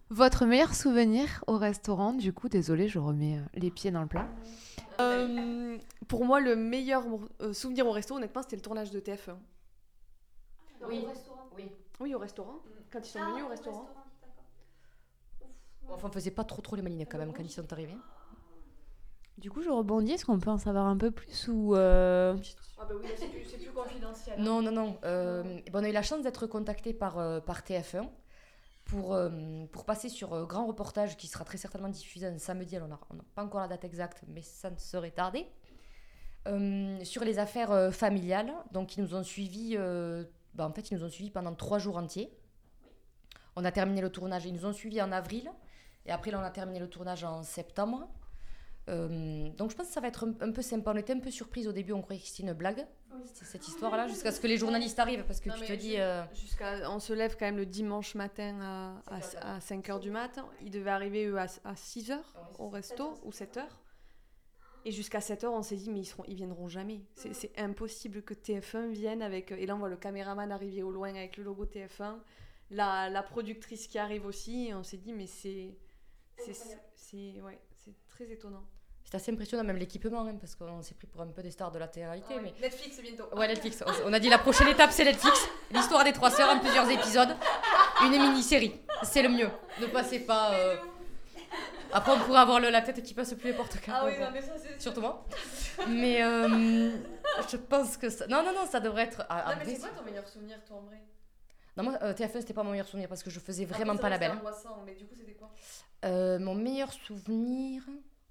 Votre meilleur souvenir au restaurant, du coup, désolée, je remets euh, les pieds dans le plat. Euh, pour moi, le meilleur euh, souvenir au resto, honnêtement, c'était le tournage de T F un. Oui. Au restaurant. Oui. Oui, au restaurant. Quand ils sont venus au restaurant. d'accord. Bon, enfin, on faisait pas trop trop les malines quand même quand ils sont arrivés. Du coup, je rebondis. Est-ce qu'on peut en savoir un peu plus ou euh... Ah bah oui, là, c'est plus, c'est plus confidentiel. Non, non, non. Euh, eh ben, on a eu la chance d'être contactés par, euh, par T F un pour, euh, pour passer sur un grand reportage qui sera très certainement diffusé un samedi. Alors, on n'a pas encore la date exacte, mais ça ne serait tardé. Euh, sur les affaires euh, familiales. Donc, ils nous ont suivis, euh, bah, en fait, ils nous ont suivis pendant trois jours entiers. On a terminé le tournage. Ils nous ont suivis en avril. Et après, là, on a terminé le tournage en septembre. Euh, donc je pense que ça va être un, un peu sympa. On était un peu surprise au début, on croyait que c'était une blague, c'était cette histoire-là, jusqu'à ce que les journalistes arrivent, parce que Non, tu mais te dis... ju- euh, Jusqu'à, on se lève quand même le dimanche matin à, à, à cinq heures du matin. Ils devaient arriver eux à, à six heures au resto, ou sept heures. Et jusqu'à sept heures, on s'est dit, mais ils, seront, ils viendront jamais. C'est, c'est impossible que T F un vienne avec... Et là, on voit le caméraman arriver au loin avec le logo T F un. La, la productrice qui arrive aussi. Et on s'est dit, mais c'est... C'est, c'est, ouais, c'est très étonnant. c'est assez impressionnant, même l'équipement, hein, parce qu'on s'est pris pour un peu des stars de la télé-réalité. Ah ouais. Mais... Netflix bientôt. Ouais, Netflix. On, on a dit la prochaine étape, c'est Netflix. L'histoire des trois sœurs en plusieurs épisodes. Une mini-série. C'est le mieux. Ne passez pas... euh, Après, on pourrait avoir le- la tête qui passe plus les portes. Ah oui, non, mais ça, c'est... Surtout moi. Mais euh, je pense que ça... Non, non, non, ça devrait être... ah, Non, en mais vrai, c'est quoi ton meilleur souvenir, toi, en vrai? Non, moi, euh, T F un, c'était pas mon meilleur souvenir parce que je faisais vraiment Après, pas ça la restait belle. angoissant, mais du coup, c'était quoi? Euh, mon meilleur souvenir...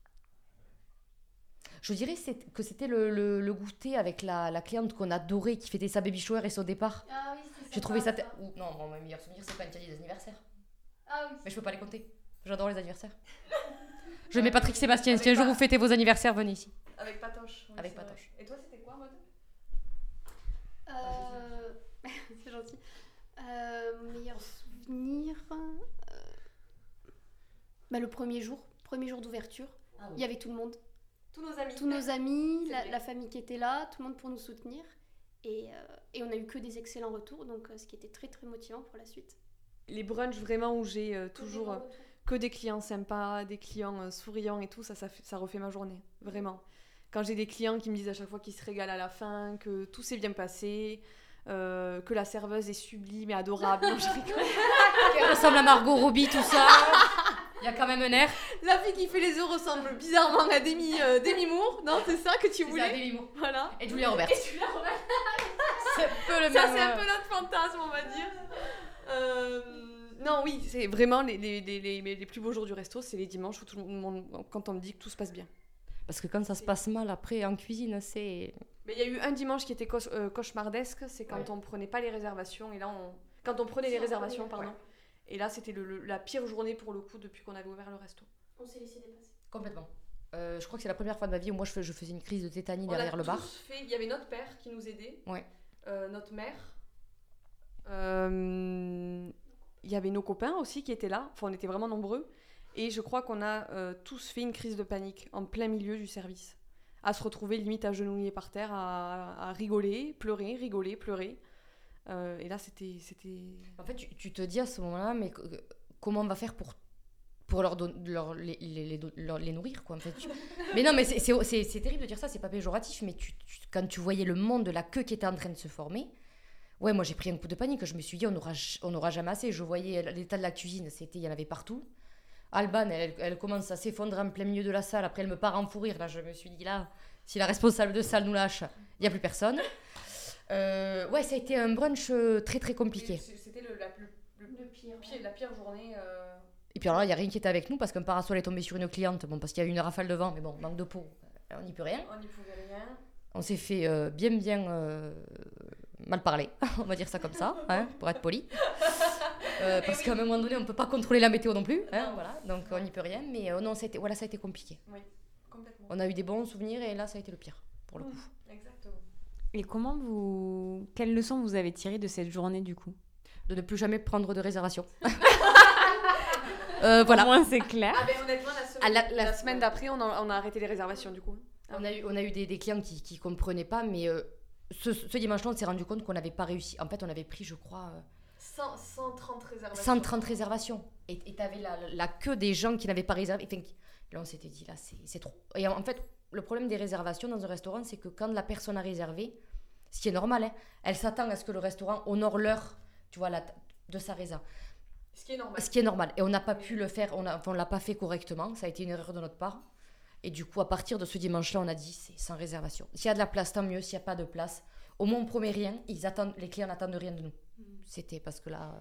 Je dirais c'est- que c'était le, le, le goûter avec la, la cliente qu'on adorait, qui fêtait sa baby shower et son départ. Ah oui, c'est J'ai trouvé ça... te- Ou- Non, mon meilleur souvenir, c'est quand il y a des anniversaires. Ah oui. Mais je peux pas les compter. J'adore les anniversaires. Je mets Patrick Sébastien. Si un jour vous fêtez vos anniversaires, venez ici. Avec Patoche. oui, Avec c'est vrai. Patoche. Et toi, c'était quoi, Maud? Euh... c'est gentil. Euh, mon meilleur souvenir. euh, Bah, le premier jour, premier jour d'ouverture. Ah Il y avait tout le monde. Tous nos amis. Tous nos amis, C'est la, vrai. la famille qui était là, tout le monde pour nous soutenir. Et, euh, et on a eu que des excellents retours, donc euh, ce qui était très très motivant pour la suite. Les brunchs vraiment où j'ai euh, toujours euh, que des clients sympas, des clients euh, souriants et tout, ça, ça, fait- ça refait ma journée. Vraiment. Quand j'ai des clients qui me disent à chaque fois qu'ils se régalent à la fin, que tout s'est bien passé, euh, que la serveuse est sublime et adorable. Non, je rigole. Elle ressemble à Margot Robbie, tout ça. Il y a quand même un air. La fille qui fait les œufs ressemble bizarrement à Demi, euh, Demi Moore. Non, c'est ça que tu C'est ça, voulais? Demi Moore. Voilà. Et Julia Roberts. Et tu la remets. C'est un peu le Ça, même... c'est un euh, peu notre fantasme, on va dire. Euh, non, oui, c'est vraiment les, les, les, les, les plus beaux jours du resto, c'est les dimanches où tout le monde, quand on me dit que tout se passe bien. Parce que quand ça se passe mal après en cuisine, c'est... Mais il y a eu un dimanche qui était cauch- euh, cauchemardesque, c'est quand Ouais. on prenait pas les réservations, et là on... Quand on prenait les réservations, pardon. Et là, c'était le, le- la pire journée pour le coup depuis qu'on avait ouvert le resto. On s'est laissé dépasser. Complètement. Euh, je crois que c'est la première fois de ma vie où moi je, fais- je faisais une crise de tétanie On derrière a le bar. tous fait... Il y avait notre père qui nous aidait, Ouais. euh, notre mère. Euh, Il y avait nos copains aussi qui étaient là. Enfin, on était vraiment nombreux. Et je crois qu'on a euh, tous fait une crise de panique en plein milieu du service. À se retrouver limite agenouillés par terre, à, à rigoler, pleurer, rigoler, pleurer. Euh, et là, c'était... c'était... En fait, tu, tu te dis à ce moment-là, mais co- comment on va faire pour, pour leur, don- leur les, les, les, don- leur- les nourrir, quoi, en fait. Tu- Mais non, mais c'est, c'est, c'est, c'est terrible de dire ça, c'est pas péjoratif, mais tu, tu- quand tu voyais le monde de la queue qui était en train de se former, ouais, moi j'ai pris un coup de panique, je me suis dit, on n'aura on n'aura jamais assez. Je voyais l'état de la cuisine, c'était, il y en avait partout. Alban, elle, elle commence à s'effondrer en plein milieu de la salle, après elle me part en fou rire, là je me suis dit, là, si la responsable de salle nous lâche, il n'y a plus personne. Euh, ouais, ça a été un brunch euh, très très compliqué. C'était le, la, plus, le Le pire. pire, la pire journée. euh, Et puis alors là, il n'y a rien qui était avec nous parce qu'un parasol est tombé sur une cliente, bon, parce qu'il y a eu une rafale de vent, mais bon, manque de peau, euh, on n'y peut rien. On n'y pouvait rien. On s'est fait euh, bien bien euh, mal parler, on va dire ça comme ça, hein, pour être poli. Euh, parce qu'à un moment donné, on ne peut pas contrôler la météo non plus, hein, Non. voilà, donc on n'y peut rien, mais euh, non, ça a été, voilà, ça a été compliqué. Oui, complètement. On a eu des bons souvenirs et là, ça a été le pire, pour le coup. Exactement. Et comment vous... Quelles leçons vous avez tirées de cette journée du coup? De ne plus jamais prendre de réservation. euh, voilà. Au moins c'est clair. Ah ben honnêtement, la semaine, Ah, la- la- la semaine d'après, on a, on a arrêté les réservations du coup. On a eu, on a eu des, des clients qui qui comprenaient pas, mais euh, ce, ce dimanche-là, on s'est rendu compte qu'on n'avait pas réussi. En fait, on avait pris, je crois, euh, cent, cent trente réservations. cent trente réservations. Et tu avais la, la queue des gens qui n'avaient pas réservé. Enfin, là, on s'était dit, là, c'est, c'est trop. Et en fait, le problème des réservations dans un restaurant, c'est que quand la personne a réservé, ce qui est normal, hein, elle s'attend à ce que le restaurant honore l'heure, tu vois, la, de sa résa. Ce qui est normal. Ce qui est normal. Et on n'a pas pu le faire, on ne l'a pas fait correctement. Ça a été une erreur de notre part. Et du coup, à partir de ce dimanche-là, on a dit, c'est sans réservation. S'il y a de la place, tant mieux. S'il n'y a pas de place, au moins, on ne promet rien. Ils attendent, les clients n'attendent rien de nous. Mm. C'était parce que là...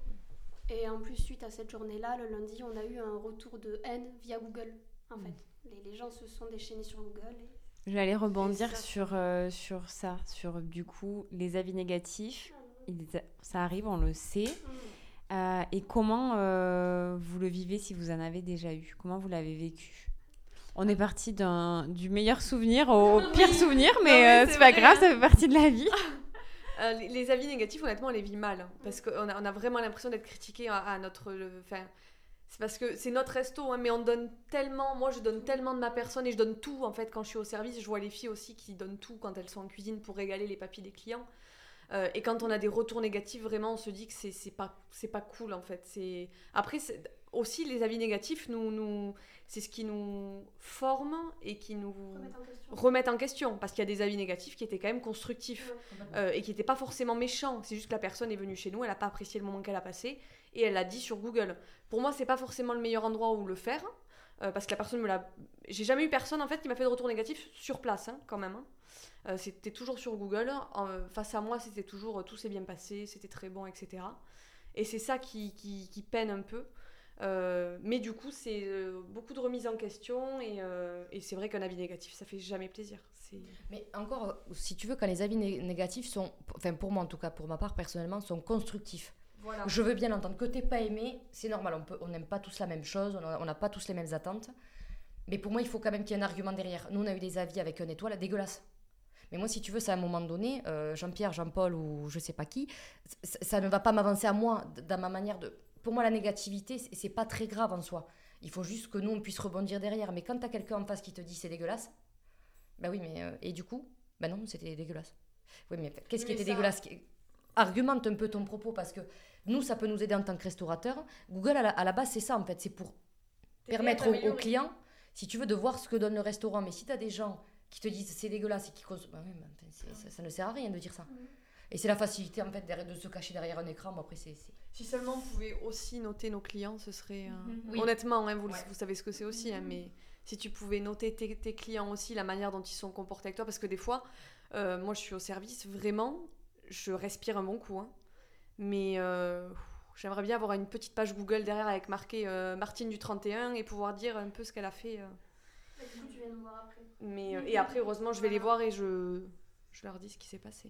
Et en plus, suite à cette journée-là, le lundi, on a eu un retour de haine via Google, en fait. Les, les gens se sont déchaînés sur Google. Et... J'allais rebondir ça, sur, euh, sur ça, sur du coup les avis négatifs. Ils, ça arrive, on le sait. Mmh. Euh, et comment euh, vous le vivez si vous en avez déjà eu ? Comment vous l'avez vécu ? On est parti d'un, du meilleur souvenir au pire souvenir, mais, non, mais euh, c'est, c'est pas grave, ça fait partie de la vie. Euh, les, les avis négatifs, honnêtement, on les vit mal. Hein, parce qu'on a, on a vraiment l'impression d'être critiqué à, à notre... Enfin, c'est parce que c'est notre resto, hein, mais on donne tellement... Moi, je donne tellement de ma personne et je donne tout, en fait, quand je suis au service. Je vois les filles aussi qui donnent tout quand elles sont en cuisine pour régaler les papis des clients. Euh, et quand on a des retours négatifs, vraiment, on se dit que c'est, c'est, pas, c'est pas cool, en fait. C'est... Après, c'est... aussi, les avis négatifs, nous, nous... c'est ce qui nous forme et qui nous remettent en question. Parce qu'il y a des avis négatifs qui étaient quand même constructifs ouais. euh, et qui n'étaient pas forcément méchants. C'est juste que la personne est venue chez nous, elle n'a pas apprécié le moment qu'elle a passé et elle l'a dit sur Google. Pour moi, c'est pas forcément le meilleur endroit où le faire euh, parce que la personne me l'a... J'ai jamais eu personne, en fait, qui m'a fait de retour négatif sur place, hein, quand même. Hein. Euh, c'était toujours sur Google. Euh, face à moi, c'était toujours euh, tout s'est bien passé, c'était très bon, et cetera. Et c'est ça qui, qui, qui peine un peu. Euh, mais du coup, c'est euh, beaucoup de remises en question et, euh, et c'est vrai qu'un avis négatif, ça fait jamais plaisir. C'est... Mais encore, si tu veux, quand les avis né- négatifs sont, enfin pour moi en tout cas, pour ma part personnellement, sont constructifs. Voilà. Je veux bien l'entendre. Que t'aies pas aimé, c'est normal. On peut, on n'aime pas tous la même chose, on n'a pas tous les mêmes attentes. Mais pour moi, il faut quand même qu'il y ait un argument derrière. Nous, on a eu des avis avec une étoile dégueulasse. Mais moi, si tu veux, c'est à un moment donné, euh, Jean-Pierre, Jean-Paul ou je sais pas qui, ça, ça ne va pas m'avancer à moi dans ma manière de... Pour moi, la négativité, c'est, c'est pas très grave en soi. Il faut juste que nous, on puisse rebondir derrière. Mais quand t'as quelqu'un en face qui te dit c'est dégueulasse, ben oui, mais... Euh, et du coup, ben non, c'était dégueulasse. Oui, mais qu'est-ce mais qui était ça... dégueulasse ? Argumente un peu ton propos, parce que nous, ça peut nous aider en tant que restaurateur. Google, à la, à la base, c'est ça, en fait. C'est pour T'es permettre aux, aux clients, si tu veux, de voir ce que donne le restaurant. Mais si t'as des gens qui te disent c'est dégueulasse et qui consomment... Ben oui, mais enfin, c'est, ça, ça ne sert à rien de dire ça. Mmh. Et c'est la facilité, en fait, de se cacher derrière un écran. Bon, après, c'est... c'est... Si seulement on pouvait aussi noter nos clients, ce serait... Euh... Mm-hmm. Oui. Honnêtement, hein, vous, ouais. vous savez ce que c'est aussi, Mm-hmm. hein, mais si tu pouvais noter tes, tes clients aussi, la manière dont ils sont comportés avec toi, parce que des fois, euh, moi je suis au service, vraiment, je respire un bon coup, hein, mais euh, j'aimerais bien avoir une petite page Google derrière avec marqué euh, Martine du trente et un et pouvoir dire un peu ce qu'elle a fait. Euh. Et du coup, tu viens nous voir après. Mais, euh, et après, heureusement, je vais les voir et je, je leur dis ce qui s'est passé.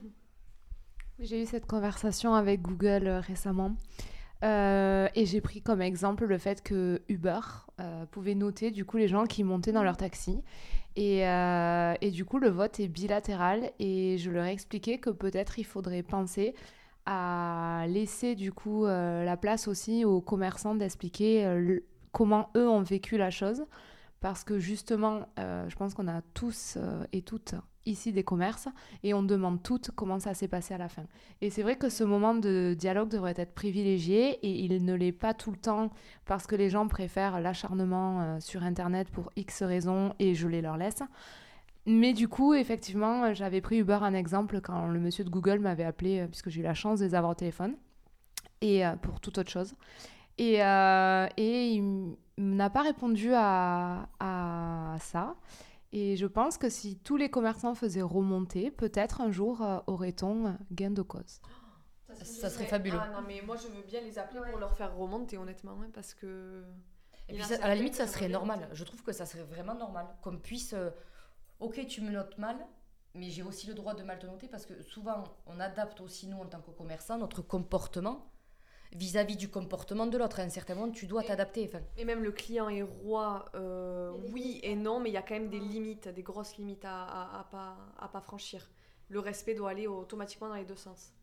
J'ai eu cette conversation avec Google euh, récemment euh, et j'ai pris comme exemple le fait que Uber euh, pouvait noter du coup les gens qui montaient dans leur taxi et, euh, et du coup le vote est bilatéral et je leur ai expliqué que peut-être il faudrait penser à laisser du coup euh, la place aussi aux commerçants d'expliquer euh, le, comment eux ont vécu la chose parce que justement euh, je pense qu'on a tous euh, et toutes ici des commerces et on demande toutes comment ça s'est passé à la fin. Et c'est vrai que ce moment de dialogue devrait être privilégié et il ne l'est pas tout le temps parce que les gens préfèrent l'acharnement euh, sur Internet pour X raisons et je les leur laisse. Mais du coup, effectivement, j'avais pris Uber en exemple quand le monsieur de Google m'avait appelé euh, puisque j'ai eu la chance de les avoir au téléphone et euh, pour toute autre chose. Et, euh, et il n'a pas répondu à, à ça. Et je pense que si tous les commerçants faisaient remonter, peut-être un jour euh, aurait-on gain de cause. Ça, ça, ça serait fabuleux. Ah non, mais moi je veux bien les appeler ouais. pour leur faire remonter, honnêtement, hein, parce que... Et puis ça, à la limite, ça serait normal. Je trouve que ça serait vraiment normal. Qu'on puisse... Euh, ok, tu me notes mal, mais j'ai aussi le droit de mal te noter, parce que souvent, on adapte aussi, nous, en tant que commerçants, notre comportement vis-à-vis du comportement de l'autre. À un certain moment, tu dois et, t'adapter. Enfin. Et même le client est roi, euh, oui et non, mais il y a quand même des limites, des grosses limites à, à, à, pas, à pas franchir. Le respect doit aller automatiquement dans les deux sens.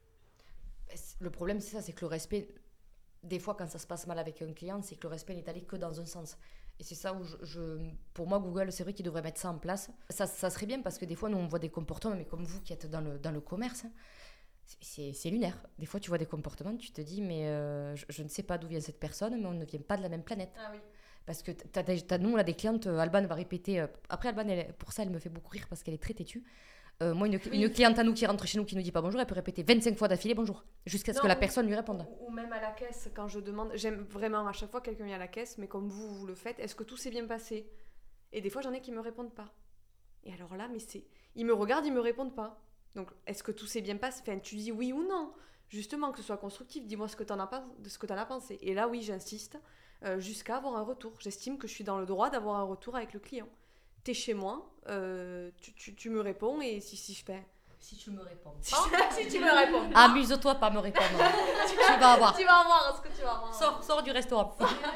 Le problème, c'est ça, c'est que le respect, des fois, quand ça se passe mal avec un client, c'est que le respect n'est allé que dans un sens. Et c'est ça où, je, je, pour moi, Google, c'est vrai qu'il devrait mettre ça en place. Ça, ça serait bien, parce que des fois, nous, on voit des comportements, mais comme vous qui êtes dans le, dans le commerce, c'est, c'est lunaire. Des fois, tu vois des comportements, tu te dis, mais euh, je, je ne sais pas d'où vient cette personne, mais on ne vient pas de la même planète. Ah oui. Parce que t'as, t'as, t'as, nous, on a des clientes, euh, Alban va répéter. Euh, après, Alban, elle, pour ça, elle me fait beaucoup rire parce qu'elle est très têtue. Euh, moi, une, Oui. une cliente à nous qui rentre chez nous qui nous dit pas bonjour, elle peut répéter vingt-cinq fois d'affilée bonjour, jusqu'à ce Non, que la ou- personne lui réponde. Ou, ou même à la caisse, quand je demande, j'aime vraiment à chaque fois quelqu'un vient à la caisse, mais comme vous, vous le faites, est-ce que tout s'est bien passé? Et des fois, j'en ai qui me répondent pas. Et alors là, mais c'est. Ils me regardent, ils me répondent pas. Donc, est-ce que tout s'est bien passé? Enfin, tu dis oui ou non. Justement, que ce soit constructif, dis-moi ce que tu en as pas, de ce que tu en as pensé. Et là, oui, j'insiste, euh, jusqu'à avoir un retour. J'estime que je suis dans le droit d'avoir un retour avec le client. T'es chez moi, euh, tu, tu, tu me réponds, et si, si je fais. Si tu me réponds. Si, si tu me réponds. Amuse-toi pas à me répondre. tu vas avoir. Tu vas voir ce que tu vas voir. Sors, sors du restaurant.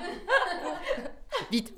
Vite.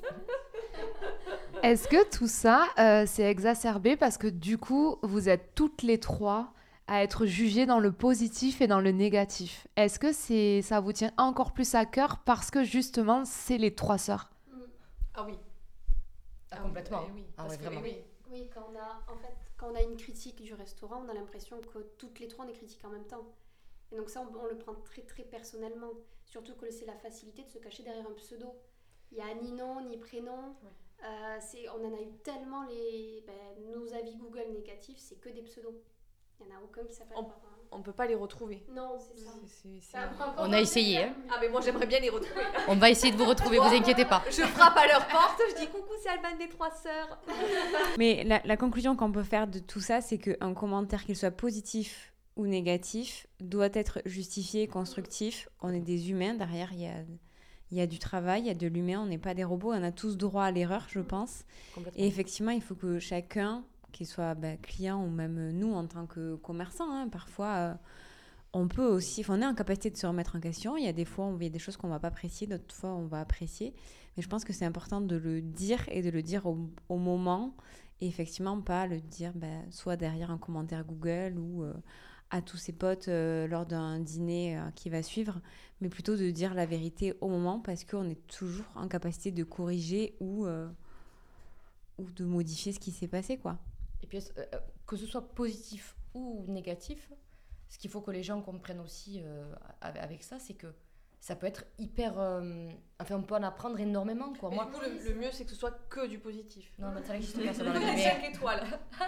Est-ce que tout ça, euh, c'est exacerbé parce que du coup, vous êtes toutes les trois à être jugées dans le positif et dans le négatif? Est-ce que c'est, ça vous tient encore plus à cœur parce que justement, c'est les trois sœurs? Ah oui. Ah, complètement. oui, oui, Ah parce ouais, que- vraiment. oui. Oui, quand on a, en fait, quand on a une critique du restaurant, on a l'impression que toutes les trois on est critiques en même temps. Et donc ça, on, on le prend très très personnellement. Surtout que c'est la facilité de se cacher derrière un pseudo. Il y a ni nom ni prénom. Ouais. Euh, c'est, on en a eu tellement les, ben, nos avis Google négatifs, c'est que des pseudos. Il n'y en a aucun qui s'appelle On- pas. hein. On peut pas les retrouver. Non, c'est ça. C'est- c'est- c'est- Ça prend On pas a essayé, mal, hein. mais- Ah mais moi j'aimerais bien les retrouver. On va essayer de vous retrouver, vous inquiétez pas. Je frappe à leur porte, je dis coucou, c'est Alban des Trois Sœurs. Mais la, la conclusion qu'on peut faire de tout ça, c'est qu'un commentaire, qu'il soit positif ou négatif, doit être justifié, constructif. On est des humains, derrière, il y a, il y a du travail, il y a de l'humain, on n'est pas des robots, on a tous droit à l'erreur, je pense. Complètement. Et effectivement, il faut que chacun, qu'il soit bah, client ou même nous en tant que commerçants, hein, parfois, euh, on peut aussi, on est en capacité de se remettre en question. Il y a des fois, on vit des choses qu'on ne va pas apprécier, d'autres fois, on va apprécier. Mais je pense que c'est important de le dire et de le dire au, au moment. Et effectivement, pas le dire bah, soit derrière un commentaire Google ou euh, à tous ses potes euh, lors d'un dîner euh, qui va suivre, mais plutôt de dire la vérité au moment parce qu'on est toujours en capacité de corriger ou, euh, ou de modifier ce qui s'est passé, quoi. Et puis, euh, que ce soit positif ou négatif, ce qu'il faut que les gens comprennent aussi euh, avec ça, c'est que ça peut être hyper... euh, enfin, on peut en apprendre énormément, quoi. Mais Moi, du coup, le, le mieux c'est que ce soit que du positif. non, mais ça n'existe pas, ça dans la vie. Les Mais, cinq étoiles.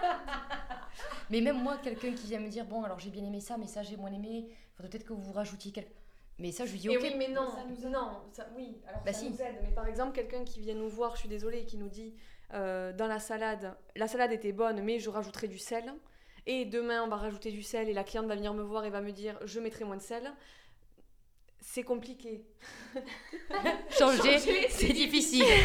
mais même moi, quelqu'un qui vient me dire, bon, alors j'ai bien aimé ça, mais ça, j'ai moins aimé, il faudrait peut-être que vous rajoutiez quelque... Mais ça, je lui dis, Et ok. oui, mais non, Ça nous aide. non, ça, oui, alors Bah ça si. nous aide. Mais par exemple, quelqu'un qui vient nous voir, je suis désolée, qui nous dit euh, dans la salade, la salade était bonne, mais je rajouterai du sel. Et demain, on va rajouter du sel et la cliente va venir me voir et va me dire, je mettrai moins de sel. C'est compliqué. Changer, Changer, c'est difficile. J'ai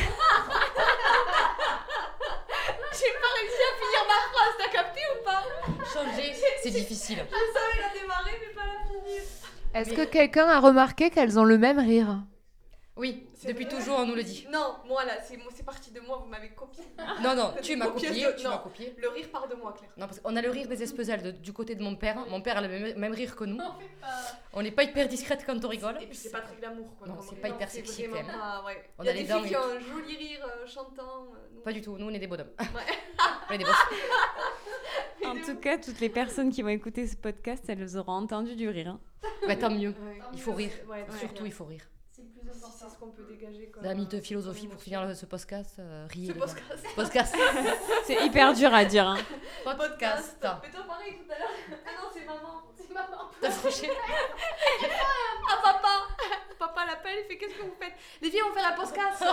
pas réussi à finir ma phrase, t'as capté ou pas? Changer, c'est difficile. Je savais la démarrer, mais pas la finir. Est-ce Mais- que quelqu'un a remarqué qu'elles ont le même rire? Oui, C'est depuis vrai. toujours, on nous le dit. Non, moi là, c'est, c'est parti de moi, vous m'avez copié. Non, non, tu m'as Copieuse copié, de- tu non. m'as copié. Le rire part de moi, Claire. Non, parce qu'on a le rire des espeselles de- du côté de mon père. Mon père a le même, même rire que nous. On fait pas. On n'est pas hyper discrète quand on rigole. Et puis c'est pas très glamour quoi. Non, comme c'est rire. pas hyper c'est sexy, vraiment quand même. pas- ouais. On Il y a a les des dents filles qui et ont un joli rire euh, chantant. euh, nous. Pas du tout, nous on est des bonhommes. Ouais. On est des boss. En tout cas, toutes les personnes qui vont écouter ce podcast, elles auront entendu du rire. hein. Bah tant mieux. Ouais. Il faut rire. Ouais, très Surtout, bien. il faut rire. C'est le plus Si important. c'est ce qu'on peut dégager comme. La mythe euh, philosophie comme pour émotion. finir ce podcast. Euh, riez, Ce les gars. podcast. Podcast. C'est hyper dur à dire. hein. Podcast. Mais toi pareil tout à l'heure. Ah non, c'est maman. C'est marrant. T'as franchi. Ah papa. Papa l'appelle, il fait qu'est-ce que vous faites? Les filles, on fait un podcast.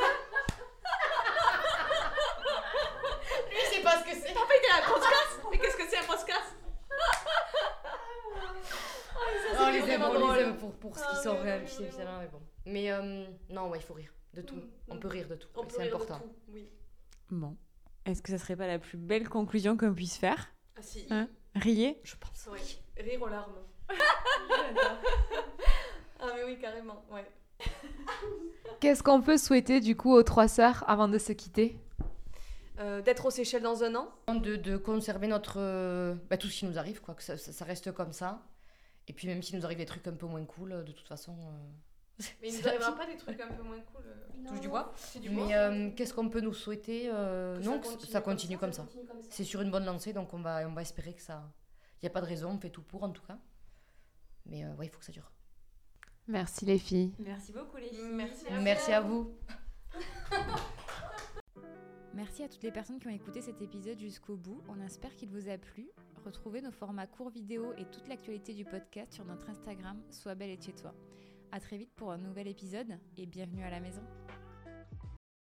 Lui, c'est pas ce que c'est. Papa, il est un podcast. Mais qu'est-ce que c'est un podcast? Oh, les aime, vraiment on les drôle. aime pour, pour ce Ah, qu'ils sont mais réels, oui, c'est oui, évidemment, mais bon. Mais euh, non, ouais, il faut rire de tout. Mm, On mm. peut rire de tout. On peut C'est rire de important. tout, oui. Bon. Est-ce que ça serait pas la plus belle conclusion qu'on puisse faire? Ah si. Hein Riez. Je pense. Ouais. Rire aux larmes. Ah mais oui, carrément, ouais. Qu'est-ce qu'on peut souhaiter du coup aux trois sœurs avant de se quitter? Euh, d'être aux Seychelles dans un an. De, de conserver notre euh, bah, tout ce qui nous arrive, quoi, que ça, ça, ça reste comme ça. Et puis même s'il nous arrive des trucs un peu moins cool, de toute façon. euh, Mais il c'est nous la arrivera vie. pas des trucs un peu moins cool. euh, Touche du bois. C'est du Mais bois. euh, qu'est-ce qu'on peut nous souhaiter euh, Que ça Non, que continue ça comme continue ça, comme ça. Continue comme ça. C'est sur une bonne lancée, donc on va, on va espérer que ça. n'y a pas de raison, on fait tout pour en tout cas. Mais euh, ouais, il faut que ça dure. Merci les filles. Merci beaucoup les filles. Merci. Merci à vous. Merci à toutes les personnes qui ont écouté cet épisode jusqu'au bout. On espère qu'il vous a plu. Retrouvez nos formats courts vidéo et toute l'actualité du podcast sur notre Instagram Sois belle et chez toi. À très vite pour un nouvel épisode et bienvenue à la maison.